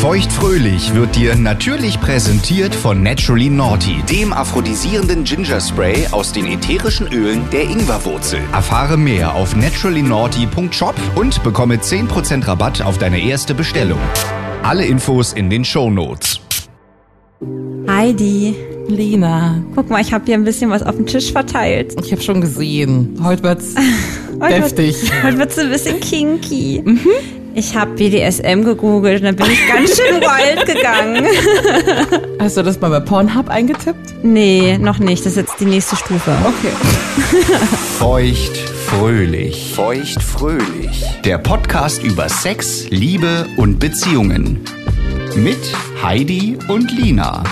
Feuchtfröhlich wird dir natürlich präsentiert von Naturally Naughty, dem aphrodisierenden Ginger Spray aus den ätherischen Ölen der Ingwerwurzel. Erfahre mehr auf naturallynaughty.shop und bekomme 10% Rabatt auf deine erste Bestellung. Alle Infos in den Shownotes. Heidi. Lena. Guck mal, ich habe hier ein bisschen was auf den Tisch verteilt. Ich habe schon gesehen. Heute wird's heftig. Heute wird's ein bisschen kinky. Mhm. Ich habe BDSM gegoogelt und dann bin ich ganz schön wild gegangen. Hast du das mal bei Pornhub eingetippt? Nee, noch nicht. Das ist jetzt die nächste Stufe. Okay. Feuchtfröhlich. Feuchtfröhlich. Der Podcast über Sex, Liebe und Beziehungen. Mit Heidi und Lina.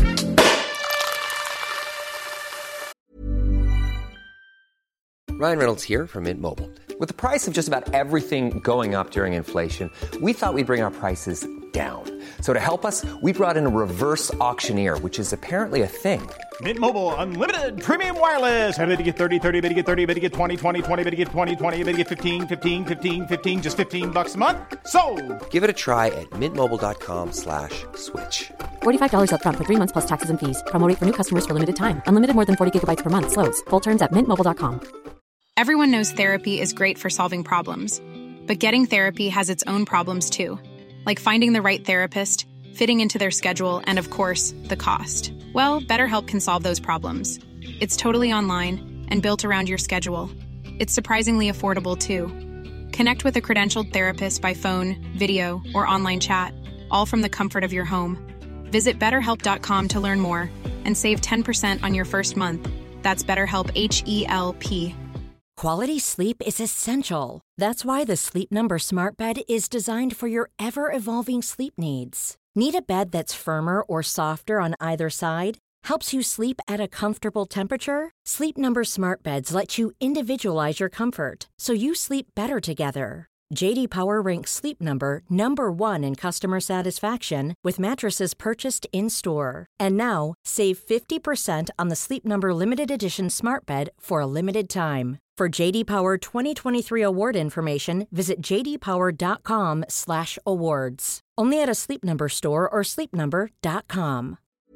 Ryan Reynolds here from Mint Mobile. With the price of just about everything going up during inflation, we thought we'd bring our prices down. So to help us, we brought in a reverse auctioneer, which is apparently a thing. Mint Mobile Unlimited Premium Wireless. How to get 30, 30, bit to get 30, bit to get 20, 20, 20, bit to get 20, 20, bit to get 15, 15, 15, 15, just $15 a month? Sold! Give it a try at mintmobile.com/switch. $45 up front for 3 months plus taxes and fees. Promo rate for new customers for limited time. Unlimited more than 40 gigabytes per month. Slows full terms at mintmobile.com. Everyone knows therapy is great for solving problems, but getting therapy has its own problems too, like finding the right therapist, fitting into their schedule, and of course, the cost. Well, BetterHelp can solve those problems. It's totally online and built around your schedule. It's surprisingly affordable too. Connect with a credentialed therapist by phone, video, or online chat, all from the comfort of your home. Visit BetterHelp.com to learn more and save 10% on your first month. That's BetterHelp, H-E-L-P. Quality sleep is essential. That's why the Sleep Number Smart Bed is designed for your ever-evolving sleep needs. Need a bed that's firmer or softer on either side? Helps you sleep at a comfortable temperature? Sleep Number Smart Beds let you individualize your comfort, so you sleep better together. J.D. Power ranks Sleep Number #1 in customer satisfaction with mattresses purchased in-store. And now, save 50% on the Sleep Number Limited Edition Smart Bed for a limited time. For J.D. Power 2023 award information, visit jdpower.com/awards. Only at a Sleep Number store or sleepnumber.com.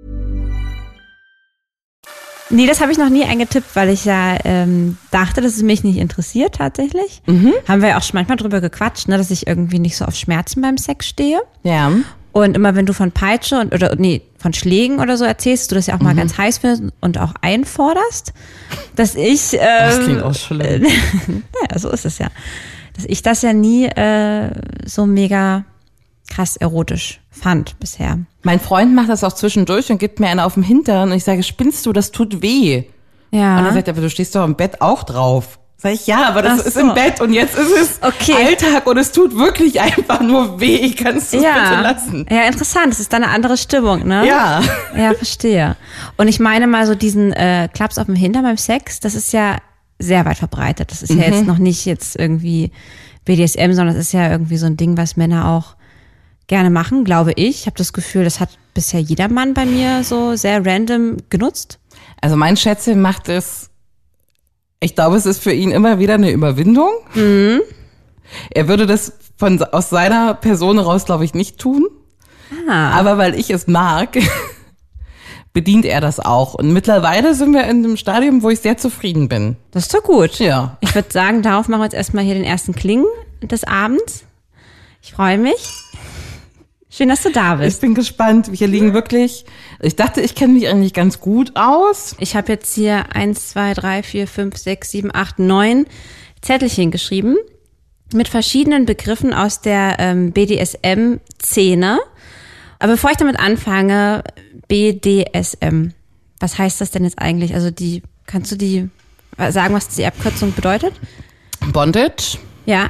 Nee, das habe ich noch nie eingetippt, weil ich ja dachte, dass es mich nicht interessiert tatsächlich. Haben wir ja auch schon manchmal drüber gequatscht, ne, dass ich irgendwie nicht so auf Schmerzen beim Sex stehe. Ja. Und immer wenn du von Peitsche von Schlägen oder so erzählst, du das ja auch mal ganz heiß findest und auch einforderst, dass ich das klingt auch schlimm. ja, so ist es ja. Dass ich das ja nie so mega krass erotisch fand bisher. Mein Freund macht das auch zwischendurch und gibt mir einen auf dem Hintern und ich sage, spinnst du, das tut weh. Ja. Und er sagt, aber du stehst doch im Bett auch drauf. Sag ich, ja, aber das ist im Bett und jetzt ist es Alltag und es tut wirklich einfach nur weh. Kannst du es bitte lassen? Ja, interessant. Das ist dann eine andere Stimmung, ne? Ja. Ja, verstehe. Und ich meine mal so diesen Klaps auf dem Hintern beim Sex, das ist ja sehr weit verbreitet. Das ist ja jetzt noch nicht jetzt irgendwie BDSM, sondern das ist ja irgendwie so ein Ding, was Männer auch gerne machen, glaube ich. Ich habe das Gefühl, das hat bisher jeder Mann bei mir so sehr random genutzt. Also mein Schätzchen macht es, ich glaube, es ist für ihn immer wieder eine Überwindung. Er würde das aus seiner Person heraus, glaube ich, nicht tun. Aber weil ich es mag, bedient er das auch. Und mittlerweile sind wir in einem Stadium, wo ich sehr zufrieden bin. Das ist doch gut. Ja. Ich würde sagen, darauf machen wir jetzt erstmal hier den ersten Kling des Abends. Ich freue mich. Schön, dass du da bist. Ich bin gespannt. Hier liegen wirklich, ich dachte, ich kenne mich eigentlich ganz gut aus. Ich habe jetzt hier 1, 2, 3, 4, 5, 6, 7, 8, 9 Zettelchen geschrieben mit verschiedenen Begriffen aus der BDSM-Szene. Aber bevor ich damit anfange, BDSM, was heißt das denn jetzt eigentlich? Also kannst du sagen, was die Abkürzung bedeutet? Bondage. Ja.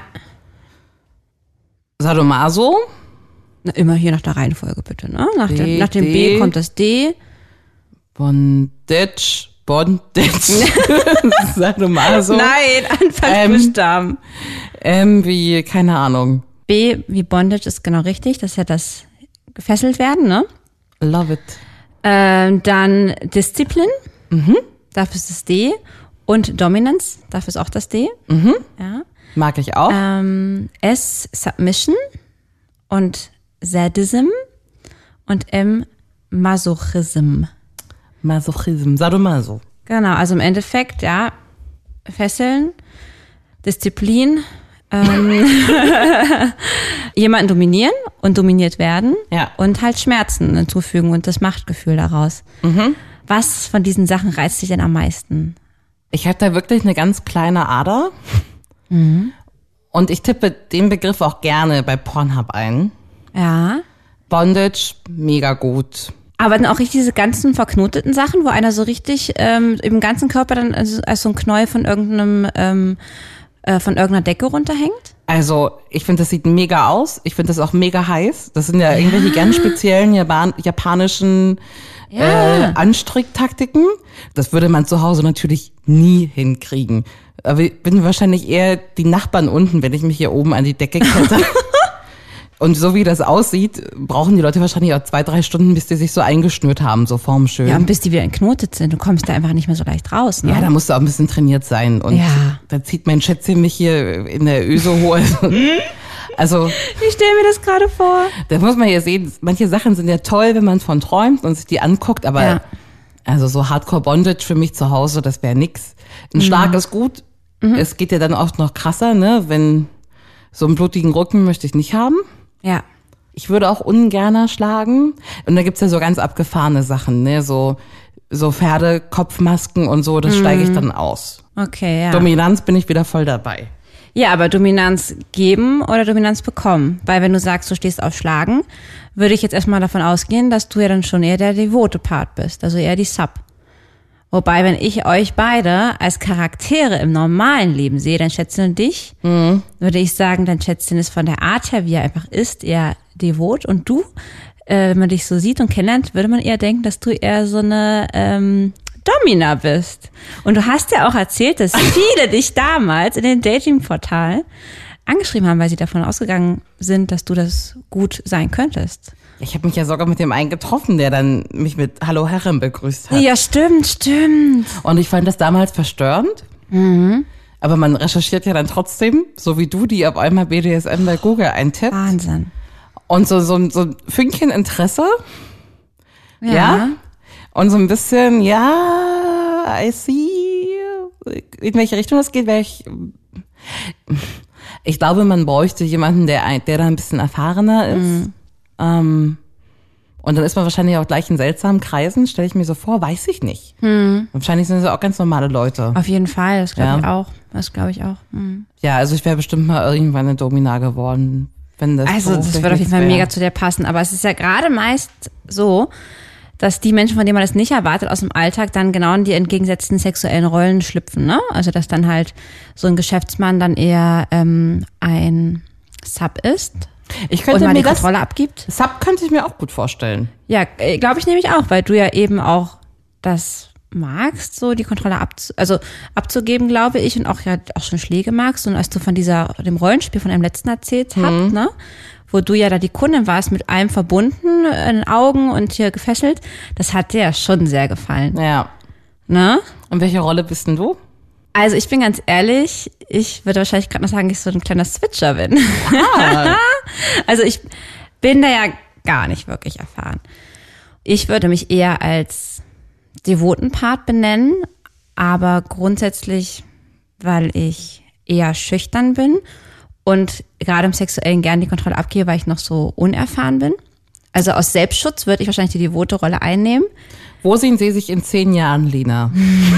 Sadomaso. Na, immer hier nach der Reihenfolge bitte, ne? Nach dem B kommt das D. Bondage. Sadomaso. Nein, Anfangsbuchstaben. Wie, keine Ahnung. B wie Bondage ist genau richtig. Das ist ja das gefesselt werden, ne? Love it. Dann Discipline. Dafür ist das D. Und Dominance. Dafür ist auch das D. Ja. Mag ich auch. S Submission. Und Sadism und M Masochism. Masochism, Sadomaso. Genau, also im Endeffekt, ja, Fesseln, Disziplin, jemanden dominieren und dominiert werden und halt Schmerzen hinzufügen und das Machtgefühl daraus. Was von diesen Sachen reizt dich denn am meisten? Ich habe da wirklich eine ganz kleine Ader und ich tippe den Begriff auch gerne bei Pornhub ein. Ja. Bondage, mega gut. Aber dann auch richtig diese ganzen verknoteten Sachen, wo einer so richtig im ganzen Körper dann als so ein Knäuel von irgendeiner Decke runterhängt? Also, ich finde, das sieht mega aus. Ich finde das auch mega heiß. Das sind ja irgendwelche ganz speziellen japanischen Anstricktaktiken. Das würde man zu Hause natürlich nie hinkriegen. Aber ich bin wahrscheinlich eher die Nachbarn unten, wenn ich mich hier oben an die Decke klettere. Und so wie das aussieht, brauchen die Leute wahrscheinlich auch 2-3 Stunden, bis die sich so eingeschnürt haben, so formschön. Ja, und bis die wieder entknotet sind. Du kommst da einfach nicht mehr so leicht raus, ne? Ja, da musst du auch ein bisschen trainiert sein. Und da zieht mein Schätzchen mich hier in der Öse hoch. Also, ich stelle mir das gerade vor. Da muss man ja sehen, manche Sachen sind ja toll, wenn man von träumt und sich die anguckt, aber also so Hardcore-Bondage für mich zu Hause, das wäre nix. Ein Schlag ist gut. Es geht ja dann oft noch krasser, ne? Wenn so einen blutigen Rücken möchte ich nicht haben. Ja. Ich würde auch ungerner schlagen. Und da gibt's ja so ganz abgefahrene Sachen, ne? So Pferdekopfmasken und so, das steige ich dann aus. Okay, ja. Dominanz bin ich wieder voll dabei. Ja, aber Dominanz geben oder Dominanz bekommen? Weil wenn du sagst, du stehst auf Schlagen, würde ich jetzt erstmal davon ausgehen, dass du ja dann schon eher der devote Part bist, also eher die Sub. Wobei, wenn ich euch beide als Charaktere im normalen Leben sehe, dann Schätzchen und dich, würde ich sagen, dann Schätzchen ist von der Art her, wie er einfach ist, eher devot. Und du, wenn man dich so sieht und kennenlernt, würde man eher denken, dass du eher so eine Domina bist. Und du hast ja auch erzählt, dass viele dich damals in den Dating-Portalen angeschrieben haben, weil sie davon ausgegangen sind, dass du das gut sein könntest. Ich habe mich ja sogar mit dem einen getroffen, der dann mich mit Hallo Herren begrüßt hat. Ja, stimmt. Und ich fand das damals verstörend. Aber man recherchiert ja dann trotzdem, so wie du, die auf einmal BDSM bei Google eintippt. Wahnsinn. Und so ein Fünkchen Interesse. Ja. Und so ein bisschen, I see, in welche Richtung das geht, ich glaube, man bräuchte jemanden, der da ein bisschen erfahrener ist. Und dann ist man wahrscheinlich auch gleich in seltsamen Kreisen, stelle ich mir so vor, weiß ich nicht. Wahrscheinlich sind es auch ganz normale Leute. Auf jeden Fall, das glaube ich auch. Ja, also ich wäre bestimmt mal irgendwann eine Domina geworden, wenn das also das würde auf jeden Fall mega zu dir passen, aber es ist ja gerade meist so, dass die Menschen, von denen man das nicht erwartet aus dem Alltag, dann genau in die entgegengesetzten sexuellen Rollen schlüpfen, ne? Also dass dann halt so ein Geschäftsmann dann eher ein Sub ist. Ich könnte und mal mir die Kontrolle abgibt. Sub könnte ich mir auch gut vorstellen. Ja, glaube ich nämlich auch, weil du ja eben auch das magst, so die Kontrolle abzugeben, glaube ich, und auch schon Schläge magst. Und als du von dem Rollenspiel von einem letzten erzählt habt, ne, wo du ja da die Kundin warst, mit allem verbunden, in den Augen und hier gefesselt, das hat dir ja schon sehr gefallen. Ja. Ne? Und welche Rolle bist denn du? Also ich bin ganz ehrlich, ich würde wahrscheinlich gerade noch sagen, dass ich so ein kleiner Switcher bin. Also ich bin da ja gar nicht wirklich erfahren. Ich würde mich eher als devoten Part benennen, aber grundsätzlich, weil ich eher schüchtern bin und gerade im Sexuellen gerne die Kontrolle abgebe, weil ich noch so unerfahren bin. Also aus Selbstschutz würde ich wahrscheinlich die devote Rolle einnehmen. Wo sehen Sie sich in 10 Jahren, Lina?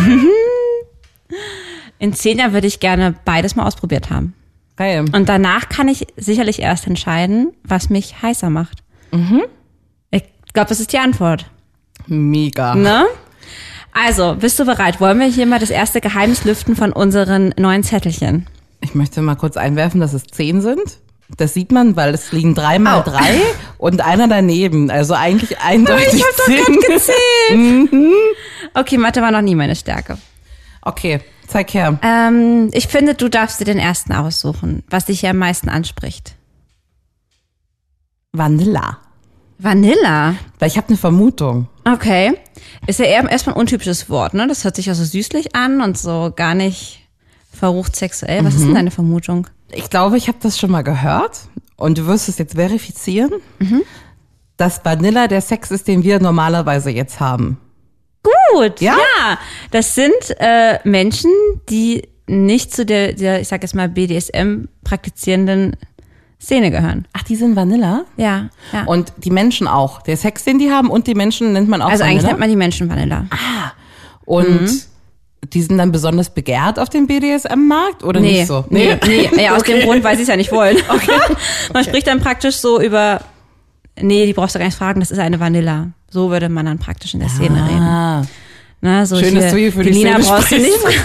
In 10 Jahren würde ich gerne beides mal ausprobiert haben. Geil. Und danach kann ich sicherlich erst entscheiden, was mich heißer macht. Ich glaube, das ist die Antwort. Mega. Ne? Also, bist du bereit? Wollen wir hier mal das erste Geheimnis lüften von unseren neuen Zettelchen? Ich möchte mal kurz einwerfen, dass es 10 sind. Das sieht man, weil es liegen 3 mal 3 und einer daneben. Also eigentlich eindeutig 10. Ich hab doch gerade gezählt. Okay, Mathe war noch nie meine Stärke. Okay, zeig her. Ich finde, du darfst dir den ersten aussuchen, was dich hier am meisten anspricht. Vanilla. Vanilla? Weil ich habe eine Vermutung. Okay. Ist ja erstmal ein untypisches Wort, ne? Das hört sich ja so süßlich an und so gar nicht verrucht sexuell. Was ist denn deine Vermutung? Ich glaube, ich habe das schon mal gehört und du wirst es jetzt verifizieren, dass Vanilla der Sex ist, den wir normalerweise jetzt haben. Gut, ja. Das sind Menschen, die nicht zu der, ich sag jetzt mal, BDSM-praktizierenden Szene gehören. Ach, die sind Vanilla? Ja. Und die Menschen auch. Der Sex, den die haben und die Menschen nennt man auch also Vanilla? eigentlich nennt man die Menschen Vanilla. Und die sind dann besonders begehrt auf dem BDSM-Markt oder nicht so? Nee. Ja, aus dem Grund, weil sie es ja nicht wollen. Okay. Man spricht dann praktisch so über, die brauchst du gar nicht fragen, das ist eine Vanilla. So würde man dann praktisch in der Szene reden. Na, so schön, dass du hier für die Nina Szene brauchst du sprichst. nicht.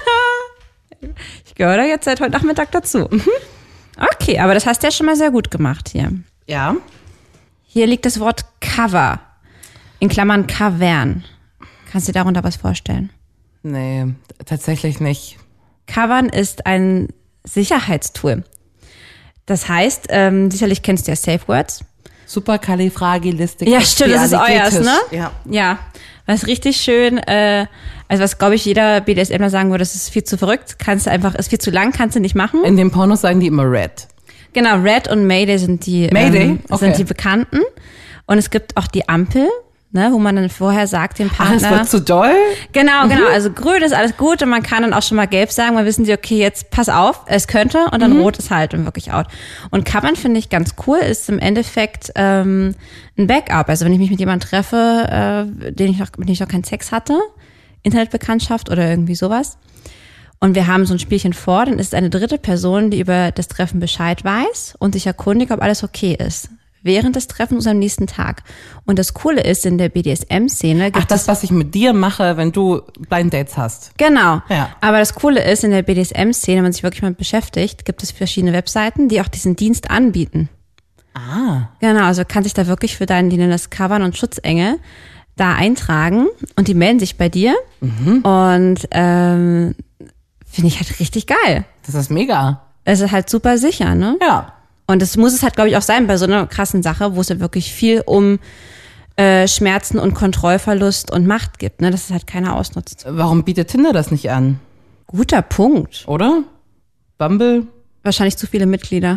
Ich gehöre da jetzt seit heute Nachmittag dazu. Okay, aber das hast du ja schon mal sehr gut gemacht hier. Ja. Hier liegt das Wort Cover, in Klammern Kavern. Kannst du dir darunter was vorstellen? Nee, tatsächlich nicht. Covern ist ein Sicherheitstool. Das heißt, sicherlich kennst du ja Safe Words. Superkalifragilistik. Ja, stimmt, das ist euers, ne? Ja. Was richtig schön, also was, glaube ich, jeder BDSMler sagen würde, das ist viel zu verrückt, ist viel zu lang, kannst du nicht machen. In den Pornos sagen die immer Red. Genau, Red und Mayday sind die, sind die Bekannten. Und es gibt auch die Ampel, ne, wo man dann vorher sagt dem Partner. Ach, es wird zu doll? Genau. Also grün ist alles gut und man kann dann auch schon mal gelb sagen, weil wissen sie, okay, jetzt pass auf, es könnte, und dann rot ist halt und wirklich out. Und Covern finde ich ganz cool, ist im Endeffekt ein Backup. Also wenn ich mich mit jemandem treffe, mit dem ich noch keinen Sex hatte, Internetbekanntschaft oder irgendwie sowas, und wir haben so ein Spielchen vor, dann ist es eine dritte Person, die über das Treffen Bescheid weiß und sich erkundigt, ob alles okay ist. Während des Treffens am nächsten Tag. Und das Coole ist, in der BDSM-Szene gibt das, was ich mit dir mache, wenn du Blind Dates hast. Genau. Ja. Aber das Coole ist, in der BDSM-Szene, wenn man sich wirklich mal beschäftigt, gibt es verschiedene Webseiten, die auch diesen Dienst anbieten. Ah. Genau, also kann sich da wirklich für die nennen das Covern und Schutzengel da eintragen und die melden sich bei dir. Und finde ich halt richtig geil. Das ist mega. Es ist halt super sicher, ne? Ja. Und das muss es halt, glaube ich, auch sein bei so einer krassen Sache, wo es ja wirklich viel um Schmerzen und Kontrollverlust und Macht gibt, ne? Dass es halt keiner ausnutzt. Warum bietet Tinder das nicht an? Guter Punkt. Oder? Bumble? Wahrscheinlich zu viele Mitglieder.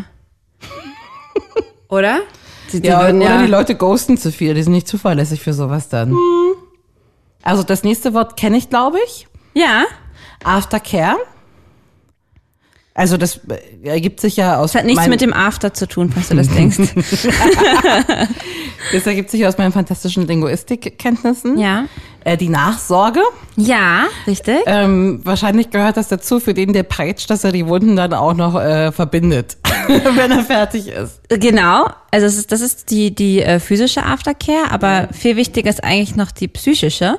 Oder? Die Oder würden die Leute ghosten zu viel, die sind nicht zuverlässig für sowas dann. Also das nächste Wort kenne ich, glaube ich. Ja. Aftercare. Also das ergibt sich ja aus... Das hat nichts mit dem After zu tun, falls du das denkst. Das ergibt sich aus meinen fantastischen Linguistikkenntnissen. Ja. Die Nachsorge. Ja, richtig. Wahrscheinlich gehört das dazu, für den der peitscht, dass er die Wunden dann auch noch verbindet, wenn er fertig ist. Genau. Also das ist die physische Aftercare, aber viel wichtiger ist eigentlich noch die psychische.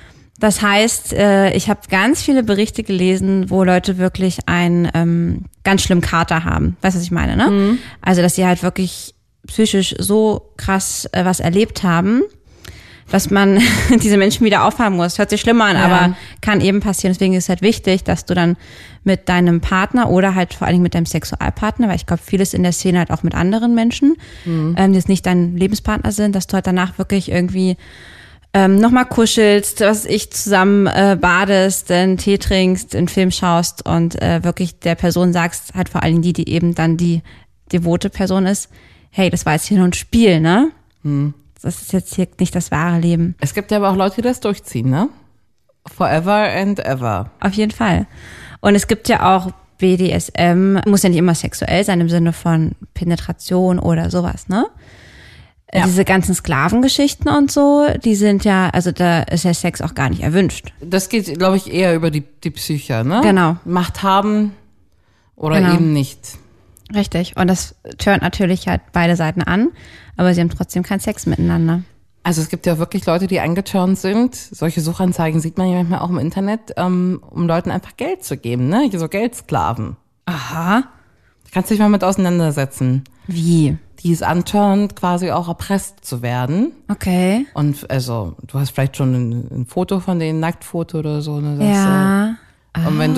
Das heißt, ich habe ganz viele Berichte gelesen, wo Leute wirklich einen ganz schlimmen Kater haben. Weißt du, was ich meine, ne? Also, dass sie halt wirklich psychisch so krass was erlebt haben, dass man diese Menschen wieder aufhaben muss. Hört sich schlimmer an, aber kann eben passieren. Deswegen ist es halt wichtig, dass du dann mit deinem Partner oder halt vor allen Dingen mit deinem Sexualpartner, weil ich glaube, vieles in der Szene halt auch mit anderen Menschen, die jetzt nicht dein Lebenspartner sind, dass du halt danach wirklich irgendwie nochmal kuschelst, was ich zusammen badest, einen Tee trinkst, einen Film schaust und wirklich der Person sagst, halt vor allen Dingen die eben dann die devote Person ist, hey, das war jetzt hier nur ein Spiel, ne? Das ist jetzt hier nicht das wahre Leben. Es gibt ja aber auch Leute, die das durchziehen, ne? Forever and ever. Auf jeden Fall. Und es gibt ja auch BDSM, muss ja nicht immer sexuell sein im Sinne von Penetration oder sowas, ne? Ja. Diese ganzen Sklavengeschichten und so, die sind ja, also da ist ja Sex auch gar nicht erwünscht. Das geht, glaube ich, eher über die Psyche, ne? Genau. Macht haben oder eben nicht. Richtig. Und das turnt natürlich halt beide Seiten an, aber sie haben trotzdem keinen Sex miteinander. Also es gibt ja wirklich Leute, die angeturnt sind. Solche Suchanzeigen sieht man ja manchmal auch im Internet, um Leuten einfach Geld zu geben, ne? So Geldsklaven. Aha. Kannst dich mal mit auseinandersetzen. Wie? Die ist anturnt, quasi auch erpresst zu werden. Okay. Und also, du hast vielleicht schon ein Foto von denen, Nacktfoto oder so. Ne? Ja. Und wenn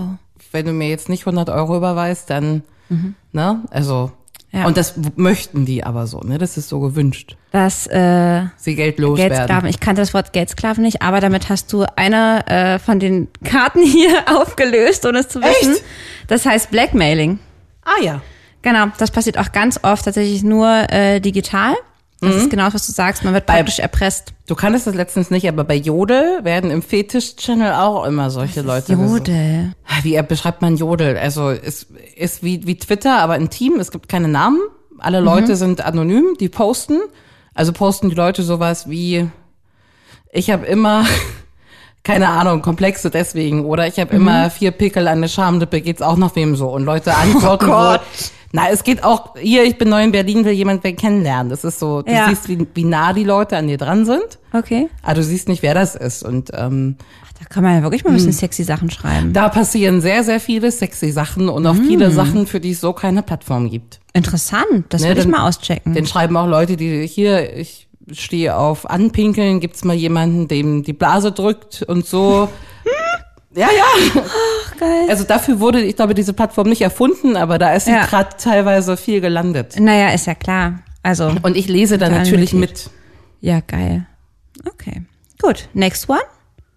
du mir jetzt nicht 100 € überweist, dann, ne, also, ja. Und das möchten die aber so, ne, das ist so gewünscht. Dass, sie geldlos werden. Ich kannte das Wort Geldsklaven nicht, aber damit hast du eine von den Karten hier aufgelöst, ohne es zu wissen. Echt? Das heißt Blackmailing. Ah ja. Genau, das passiert auch ganz oft tatsächlich nur digital. Das ist genau das, was du sagst. Man wird praktisch erpresst. Du kanntest das letztens nicht, aber bei Jodel werden im Fetisch-Channel auch immer solche Leute Jodel. Wie beschreibt man Jodel? Also es ist wie Twitter, aber intim. Es gibt keine Namen. Alle Leute sind anonym, die posten. Also posten die Leute sowas wie, ich habe immer, keine Ahnung, Komplexe deswegen. Oder ich habe immer 4 Pickel an der Schamlippe, geht's auch noch wem so. Und Leute antworten so. Na, es geht auch, hier, ich bin neu in Berlin, will jemand wer kennenlernen. Das ist so, du siehst, wie nah die Leute an dir dran sind. Okay. Aber du siehst nicht, wer das ist. Und da kann man ja wirklich mal ein bisschen sexy Sachen schreiben. da passieren sehr, sehr viele sexy Sachen und auch viele Sachen, für die es so keine Plattform gibt. Interessant, das will ich mal auschecken. Dann schreiben auch Leute, die ich stehe auf Anpinkeln, gibt's mal jemanden, dem die Blase drückt und so. Ja. Ach, geil. Also dafür wurde, ich glaube, diese Plattform nicht erfunden, aber da ist sie gerade teilweise viel gelandet. Naja, ist ja klar. Also. Und ich lese da natürlich mit. Ja, geil. Okay. Gut. Next one.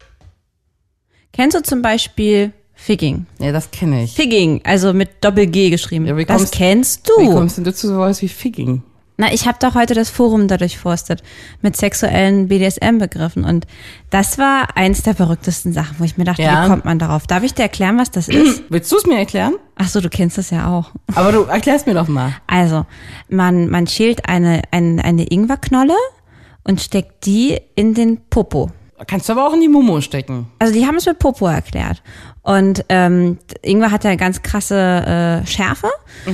Kennst du zum Beispiel Figging? Ja, das kenne ich. Figging, also mit Doppel-G geschrieben. Ja, das kennst du. Wie kommst denn du zu sowas wie Figging? Na, ich habe doch heute das Forum da durchforstet mit sexuellen BDSM-Begriffen und das war eins der verrücktesten Sachen, wo ich mir dachte, wie kommt man darauf? Darf ich dir erklären, was das ist? Willst du es mir erklären? Ach so, du kennst das ja auch. Aber du erklärst mir doch mal. Also, man schält eine Ingwerknolle und steckt die in den Popo. Kannst du aber auch in die Mumu stecken. Also die haben es mit Popo erklärt. Und Ingwer hat ja eine ganz krasse Schärfe.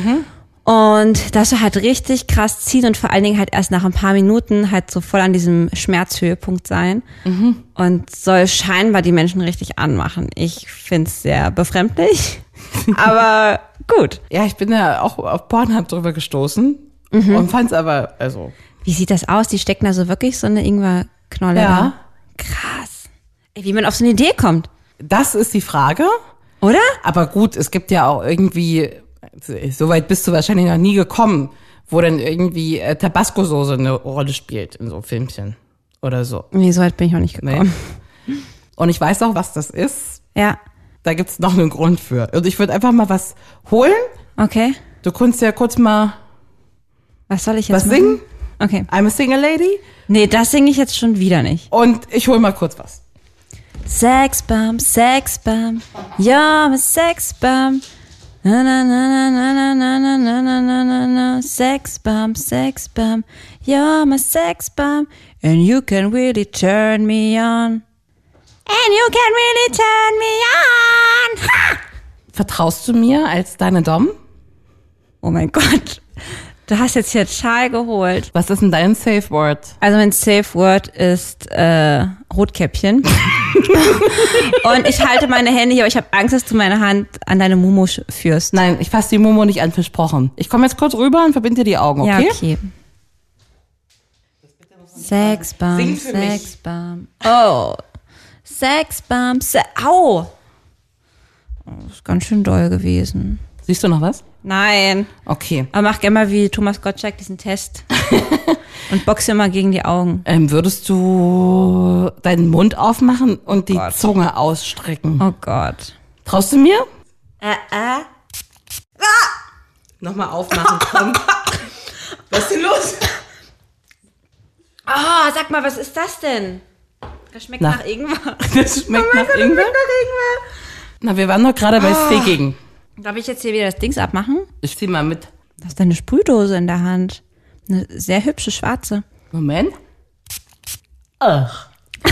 Und das soll halt richtig krass ziehen und vor allen Dingen halt erst nach ein paar Minuten halt so voll an diesem Schmerzhöhepunkt sein. Und soll scheinbar die Menschen richtig anmachen. Ich find's sehr befremdlich, aber gut. Ja, ich bin ja auch auf Pornhub drüber gestoßen und fand's aber, also. Wie sieht das aus? Die stecken da so wirklich so eine Ingwerknolle Ja. Krass. Ey, wie man auf so eine Idee kommt. Das ist die Frage. Oder? Aber gut, es gibt ja auch irgendwie, so weit bist du wahrscheinlich noch nie gekommen, wo dann irgendwie Tabasco-Soße eine Rolle spielt in so Filmchen oder so. Nee, so weit bin ich noch nicht gekommen. Nee. Und ich weiß auch, was das ist. Ja. Da gibt's noch einen Grund für. Und ich würde einfach mal was holen. Okay. Du kannst ja kurz mal Was soll ich jetzt was machen? singen. Okay. I'm a Single Lady. Nee, das singe ich jetzt schon wieder nicht. Und ich hol mal kurz was. Sexbomb, Sexbomb, you're a Sexbomb. Na na na na na na na na na na na na. Sexbomb, Sexbomb, you're my Sexbomb. And you can really turn me on. And you can really turn me on. Ha! Vertraust du mir als deine Dom? Oh mein Gott. Du hast jetzt hier Schal geholt. Was ist denn dein Safe Word? Also mein Safe Word ist Rotkäppchen. Und ich halte meine Hände hier, aber ich habe Angst, dass du meine Hand an deine Mumu führst. Nein, ich fasse die Mumu nicht an, versprochen. Ich komme jetzt kurz rüber und verbinde dir die Augen, okay? Ja, okay. Sexbomb, Sing für mich. Sexbomb. Oh. Sexbomb, Au! Oh, das ist ganz schön doll gewesen. Siehst du noch was? Nein. Okay. Aber mach gerne mal wie Thomas Gottschalk diesen Test. Und boxe immer gegen die Augen. Würdest du deinen Mund aufmachen und die Gott. Zunge ausstrecken? Oh Gott. Traust du mir? Nochmal aufmachen, komm. Was ist denn los? Oh, sag mal, was ist das denn? Das schmeckt nach Ingwer. Das schmeckt nach Ingwer? Na, wir waren doch gerade bei Figging. Darf ich jetzt hier wieder das Dings abmachen? Ich zieh mal mit. Du hast eine Sprühdose in der Hand. Eine sehr hübsche schwarze. Moment. Ach.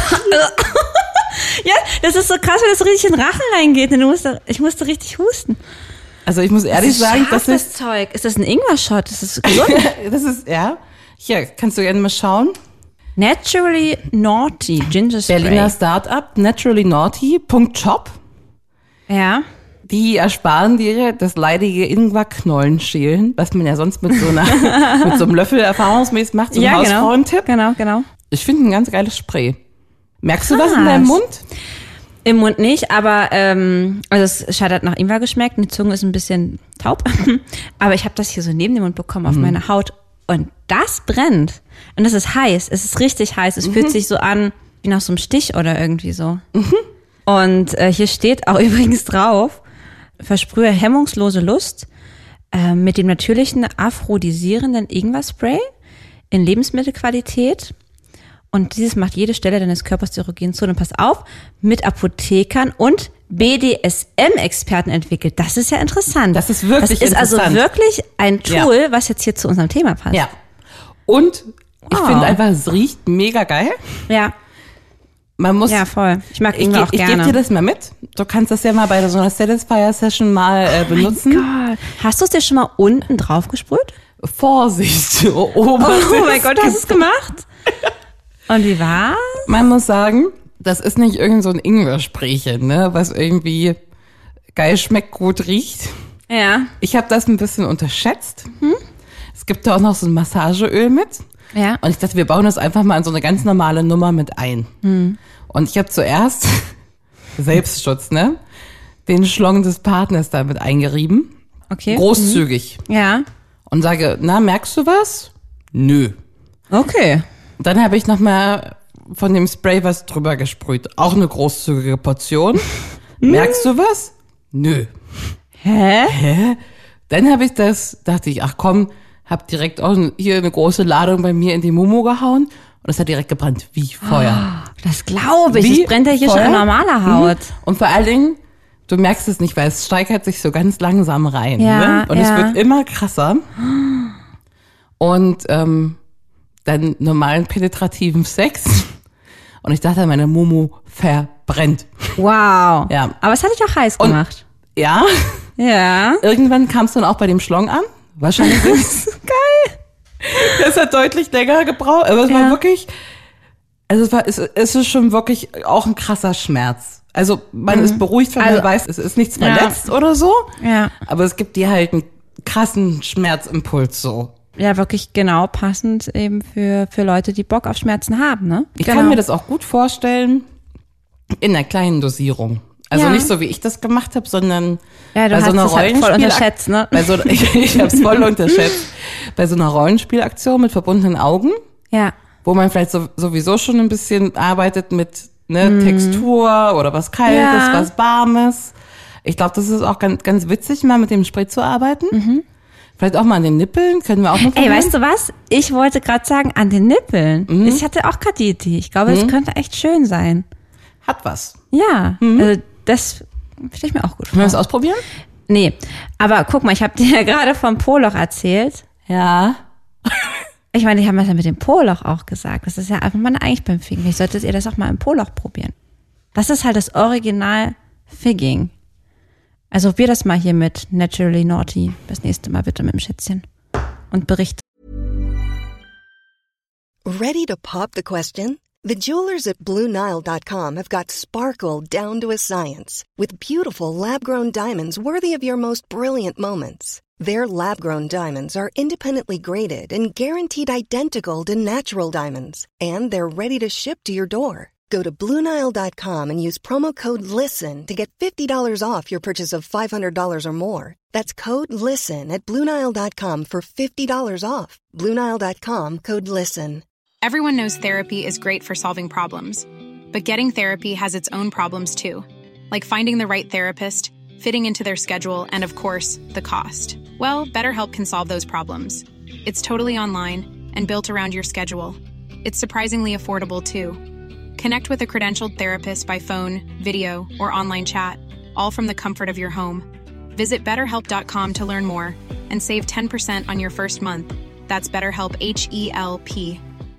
Ja, das ist so krass, wenn das so richtig in den Rachen reingeht. Ich musste richtig husten. Also ich muss ehrlich sagen, das scharfes ist... Zeug. Ist das ein Ingwer-Shot? Das ist gesund. Das ist, ja. Hier, kannst du gerne mal schauen. Naturally Naughty Ginger Spray. Berliner Startup, naturallynaughty.shop. Ja. Die ersparen dir das leidige Ingwerknollenschälen, was man ja sonst mit so einem Löffel erfahrungsmäßig macht, so ein Hausfrauentipp. Genau. Ich finde ein ganz geiles Spray. Merkst du was in deinem Mund? Im Mund nicht, aber also es hat nach Ingwer geschmeckt und die Zunge ist ein bisschen taub. Aber ich habe das hier so neben dem Mund bekommen auf meine Haut und das brennt. Und das ist heiß. Es ist richtig heiß. Es fühlt sich so an wie nach so einem Stich oder irgendwie so. Und hier steht auch übrigens drauf, versprühe hemmungslose Lust, mit dem natürlichen aphrodisierenden Ingwer-Spray in Lebensmittelqualität. Und dieses macht jede Stelle deines Körpers zur erogenen Zone. Pass auf, mit Apothekern und BDSM-Experten entwickelt. Das ist ja interessant. Das ist wirklich interessant. Das ist also wirklich ein Tool, was jetzt hier zu unserem Thema passt. Ja. Und ich finde einfach, es riecht mega geil. Ja. Man muss. Ja, voll. Ich mag Ingwer auch gerne. Ich gebe dir das mal mit. Du kannst das ja mal bei so einer Satisfier-Session mal benutzen. Oh mein Gott. Hast du es dir schon mal unten drauf gesprüht? Vorsicht. Oh mein Gott, hast du es gemacht? Und wie war's? Man muss sagen, das ist nicht irgend so ein Ingwer-Spraychen, ne, was irgendwie geil schmeckt, gut riecht. Ja. Ich habe das ein bisschen unterschätzt. Es gibt da auch noch so ein Massageöl mit. Ja. Und ich dachte, wir bauen das einfach mal in so eine ganz normale Nummer mit ein. Und ich habe zuerst, Selbstschutz, ne, den Schlong des Partners damit eingerieben. Okay. Großzügig. Ja. Und sage, na, merkst du was? Nö. Okay. Dann habe ich nochmal von dem Spray was drüber gesprüht. Auch eine großzügige Portion. Merkst du was? Nö. Hä? Dann dachte ich, ach komm, hab direkt auch hier eine große Ladung bei mir in die Mumu gehauen. Und es hat direkt gebrannt, wie Feuer. Das glaube ich. Wie Das brennt ja hier schon Feuer? an normaler Haut. Und vor allen Dingen, du merkst es nicht, weil es steigert sich so ganz langsam rein. Ja, ne? Und ja. es wird immer krasser. Und dann normalen penetrativen Sex. Und ich dachte, meine Mumu verbrennt. Wow. Ja. Aber es hat dich auch heiß gemacht. Ja, Ja. irgendwann kam es dann auch bei dem Schlong an. Wahrscheinlich. Geil. Das hat deutlich länger gebraucht. Aber es war wirklich, also es ist schon wirklich auch ein krasser Schmerz. Also man ist beruhigt, wenn man weiß, es ist nichts verletzt oder so. Ja. Aber es gibt dir halt einen krassen Schmerzimpuls so. Ja, wirklich genau passend eben für Leute, die Bock auf Schmerzen haben, ne? Ich kann mir das auch gut vorstellen in einer kleinen Dosierung. Also nicht so, wie ich das gemacht habe, sondern ja, du bei so hast einer es halt voll unterschätzt, ne? Ich habe es voll unterschätzt. Bei so einer Rollenspielaktion mit verbundenen Augen, Ja. wo man vielleicht sowieso schon ein bisschen arbeitet mit Textur oder was Kaltes, was Warmes. Ich glaube, das ist auch ganz, ganz witzig, mal mit dem Spray zu arbeiten. Vielleicht auch mal an den Nippeln, können wir auch noch Ey, weißt du was? Ich wollte gerade sagen, an den Nippeln. Ich hatte auch gerade die Idee. Ich glaube, das könnte echt schön sein. Hat was. Ja, also das stelle ich mir auch gut vor. Wollen wir das ausprobieren? Nee, aber guck mal, ich habe dir ja gerade vom Po-Loch erzählt. Ja. Ich meine, die haben das ja mit dem Po-Loch auch gesagt. Das ist ja einfach mal eigentlich beim Ficken. Ich solltet ihr das auch mal im Po-Loch probieren. Das ist halt das Original Figging. Also probier das mal hier mit Naturally Naughty. Das nächste Mal bitte mit dem Schätzchen. Und berichte. Ready to pop the question? The jewelers at BlueNile.com have got sparkle down to a science with beautiful lab-grown diamonds worthy of your most brilliant moments. Their lab-grown diamonds are independently graded and guaranteed identical to natural diamonds. And they're ready to ship to your door. Go to BlueNile.com and use promo code LISTEN to get $50 off your purchase of $500 or more. That's code LISTEN at BlueNile.com for $50 off. BlueNile.com, code LISTEN. Everyone knows therapy is great for solving problems, but getting therapy has its own problems too, like finding the right therapist, fitting into their schedule, and of course, the cost. Well, BetterHelp can solve those problems. It's totally online and built around your schedule. It's surprisingly affordable too. Connect with a credentialed therapist by phone, video, or online chat, all from the comfort of your home. Visit BetterHelp.com to learn more and save 10% on your first month. That's BetterHelp, H-E-L-P.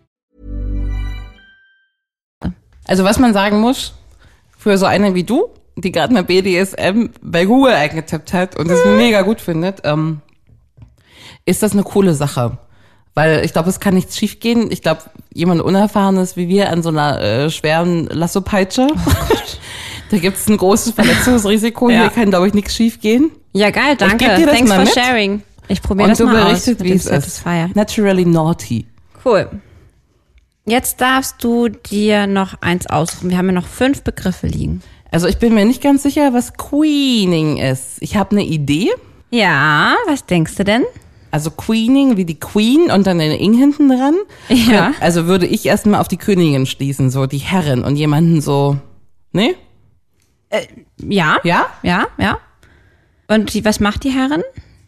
Also was man sagen muss, für so eine wie du, die gerade mal BDSM bei Google eingetippt hat und es mega gut findet, ist das eine coole Sache. Weil ich glaube, es kann nichts schief gehen. Ich glaube, jemand Unerfahrenes wie wir an so einer schweren Lassopeitsche, da gibt es ein großes Verletzungsrisiko. Hier kann, glaube ich, nichts schief gehen. Ja, geil, danke. Ich geb dir das Thanks mal for mit. sharing. Ich probiere das Und du mal aus. berichtest, mit wie dem es ist. Satisfier. Naturally Naughty. Cool. Jetzt darfst du dir noch eins aussuchen. Wir haben ja noch 5 Begriffe liegen. Also ich bin mir nicht ganz sicher, was Queening ist. Ich habe eine Idee. Ja, was denkst du denn? Also Queening wie die Queen und dann eine Ing hinten dran. Ja. Also würde ich erstmal auf die Königin schließen, so die Herrin und jemanden so, ne? Ja. Ja? Ja, ja. Und was macht die Herrin?